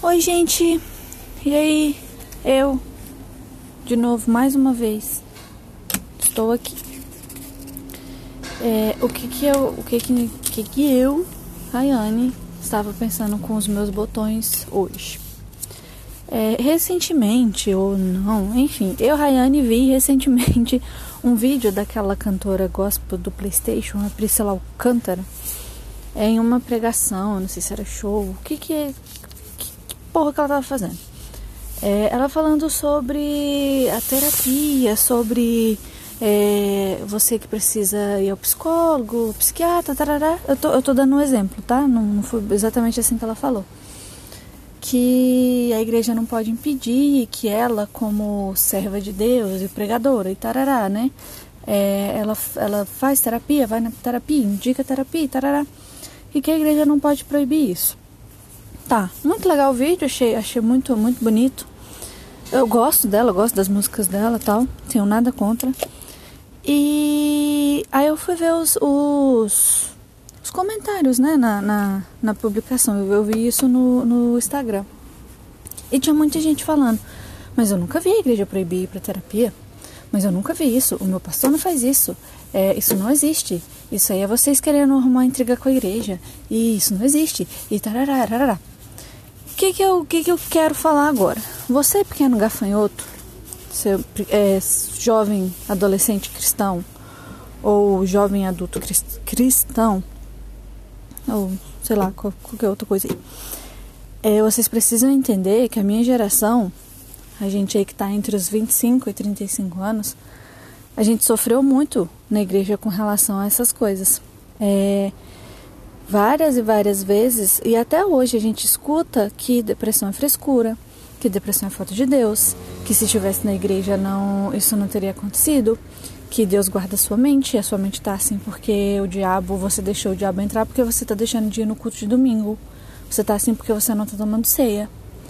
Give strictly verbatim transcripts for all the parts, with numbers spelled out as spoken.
Oi, gente, e aí? Eu, de novo, mais uma vez, estou aqui. É, o que que eu, o que que, que que eu, Rayane, estava pensando com os meus botões hoje? É, recentemente, ou não, enfim, eu, Rayane, vi recentemente um vídeo daquela cantora gospel do PlayStation, a Priscila Alcântara, em uma pregação, não sei se era show, o que que é, que, que porra que ela tava fazendo? É, ela falando sobre a terapia, sobre é, você que precisa ir ao psicólogo, psiquiatra, tarará. Eu tô, eu tô dando um exemplo, tá? Não, não foi exatamente assim que ela falou. Que a igreja não pode impedir que ela, como serva de Deus e pregadora e tarará, né? É, ela, ela faz terapia, vai na terapia, indica terapia, tarará. E que a igreja não pode proibir isso. Tá, muito legal o vídeo, achei, achei muito, muito bonito. Eu gosto dela, eu gosto das músicas dela e tal, tenho nada contra. E aí eu fui ver os, os, os comentários, né, na, na, na publicação. Eu, eu vi isso no, no Instagram. E tinha muita gente falando, mas eu nunca vi a igreja proibir ir pra terapia. Mas eu nunca vi isso, o meu pastor não faz isso. É, isso não existe. Isso aí é vocês querendo arrumar intriga com a igreja. E isso não existe. E tarará, tarará. O que que eu, que que eu quero falar agora? Você, pequeno gafanhoto, seu, é, jovem adolescente cristão, ou jovem adulto cristão, ou sei lá, qualquer outra coisa aí. É, vocês precisam entender que a minha geração, a gente aí que está entre os vinte e cinco e trinta e cinco anos, a gente sofreu muito na igreja com relação a essas coisas. É... Várias e várias vezes, e até hoje a gente escuta que depressão é frescura, que depressão é falta de Deus, que se estivesse na igreja não, isso não teria acontecido, que Deus guarda a sua mente, e a sua mente está assim porque o diabo, você deixou o diabo entrar porque você está deixando de ir no culto de domingo, você está assim porque você não está tomando ceia.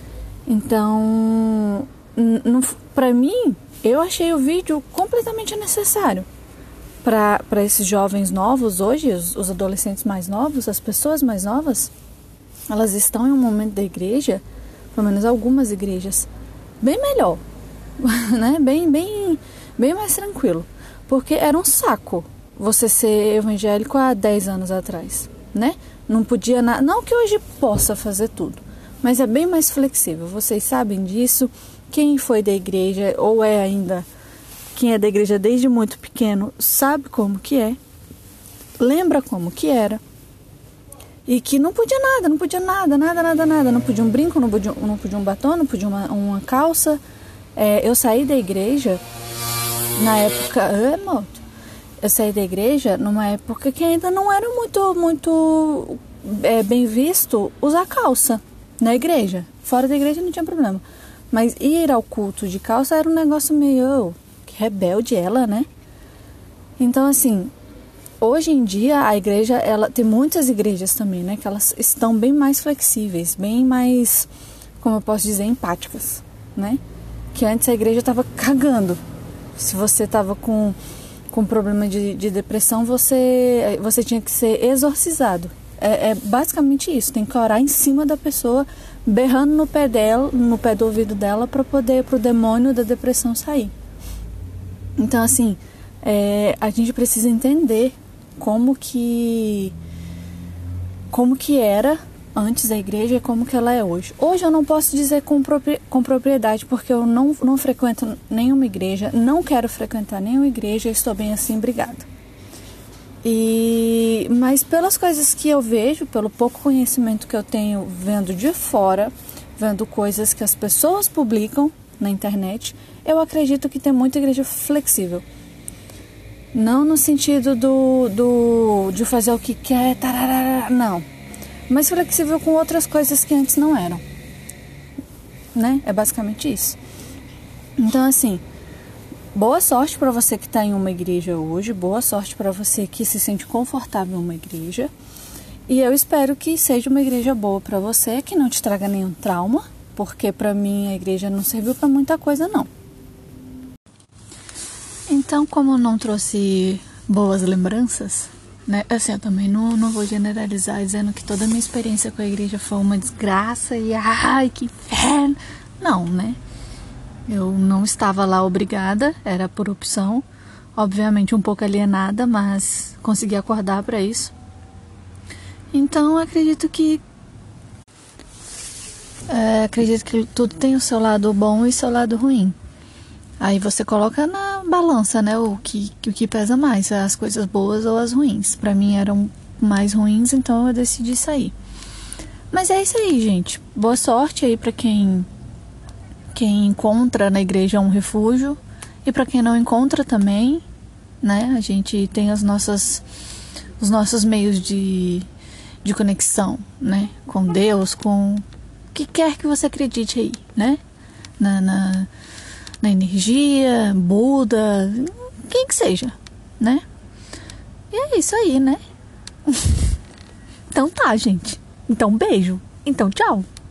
Então, para mim, eu achei o vídeo completamente necessário. Para esses jovens novos hoje, os, os adolescentes mais novos, as pessoas mais novas, elas estão em um momento da igreja, pelo menos algumas igrejas, bem melhor, né? bem, bem, bem mais tranquilo. Porque era um saco você ser evangélico há dez anos atrás, né? Não podia, na... não que hoje possa fazer tudo, mas é bem mais flexível. Vocês sabem disso, quem foi da igreja ou é ainda... Quem é da igreja desde muito pequeno sabe como que é, lembra como que era, e que não podia nada, não podia nada, nada, nada, nada, não podia um brinco, não podia, não podia um batom, não podia uma, uma calça. É, eu saí da igreja na época, é, moto, eu saí da igreja numa época que ainda não era muito, muito é, bem visto usar calça na igreja. Fora da igreja não tinha problema, mas ir ao culto de calça era um negócio meio... rebelde ela, né? Então, assim, hoje em dia a igreja, ela tem muitas igrejas também, né? Que elas estão bem mais flexíveis, bem mais, como eu posso dizer, empáticas, né? Que antes a igreja estava cagando. Se você estava com, com problema de, de depressão, você, você tinha que ser exorcizado. É, é basicamente isso, tem que orar em cima da pessoa, berrando no pé dela, no pé do ouvido dela, para poder, pro demônio da depressão sair. Então, assim, é, a gente precisa entender como que, como que era antes da igreja e como que ela é hoje. Hoje eu não posso dizer com, propri, com propriedade, porque eu não, não frequento nenhuma igreja, não quero frequentar nenhuma igreja, estou bem assim, obrigada. E, mas pelas coisas que eu vejo, pelo pouco conhecimento que eu tenho vendo de fora, vendo coisas que as pessoas publicam na internet, eu acredito que tem muita igreja flexível. Não no sentido do, do, de fazer o que quer, tarará, não. Mas flexível com outras coisas que antes não eram. Né? É basicamente isso. Então, assim, boa sorte para você que está em uma igreja hoje, boa sorte para você que se sente confortável em uma igreja. E eu espero que seja uma igreja boa para você, que não te traga nenhum trauma, porque para mim a igreja não serviu para muita coisa, não. Então, como eu não trouxe boas lembranças, né? Assim, eu também não, não vou generalizar dizendo que toda a minha experiência com a igreja foi uma desgraça e ai, que inferno. Não, né? Eu não estava lá obrigada, era por opção. Obviamente um pouco alienada, mas consegui acordar para isso. Então acredito que é, acredito que tudo tem o seu lado bom e o seu lado ruim. Aí você coloca na balança, né, o que, o que pesa mais, as coisas boas ou as ruins. Pra mim eram mais ruins, então eu decidi sair. Mas é isso aí, gente. Boa sorte aí pra quem, quem encontra na igreja um refúgio. E pra quem não encontra também, né, a gente tem as nossas, os nossos meios de, de conexão, né, com Deus, com o que quer que você acredite aí, né, na... na na energia, Buda, quem que seja, né? E é isso aí, né? Então tá, gente. Então beijo. Então tchau.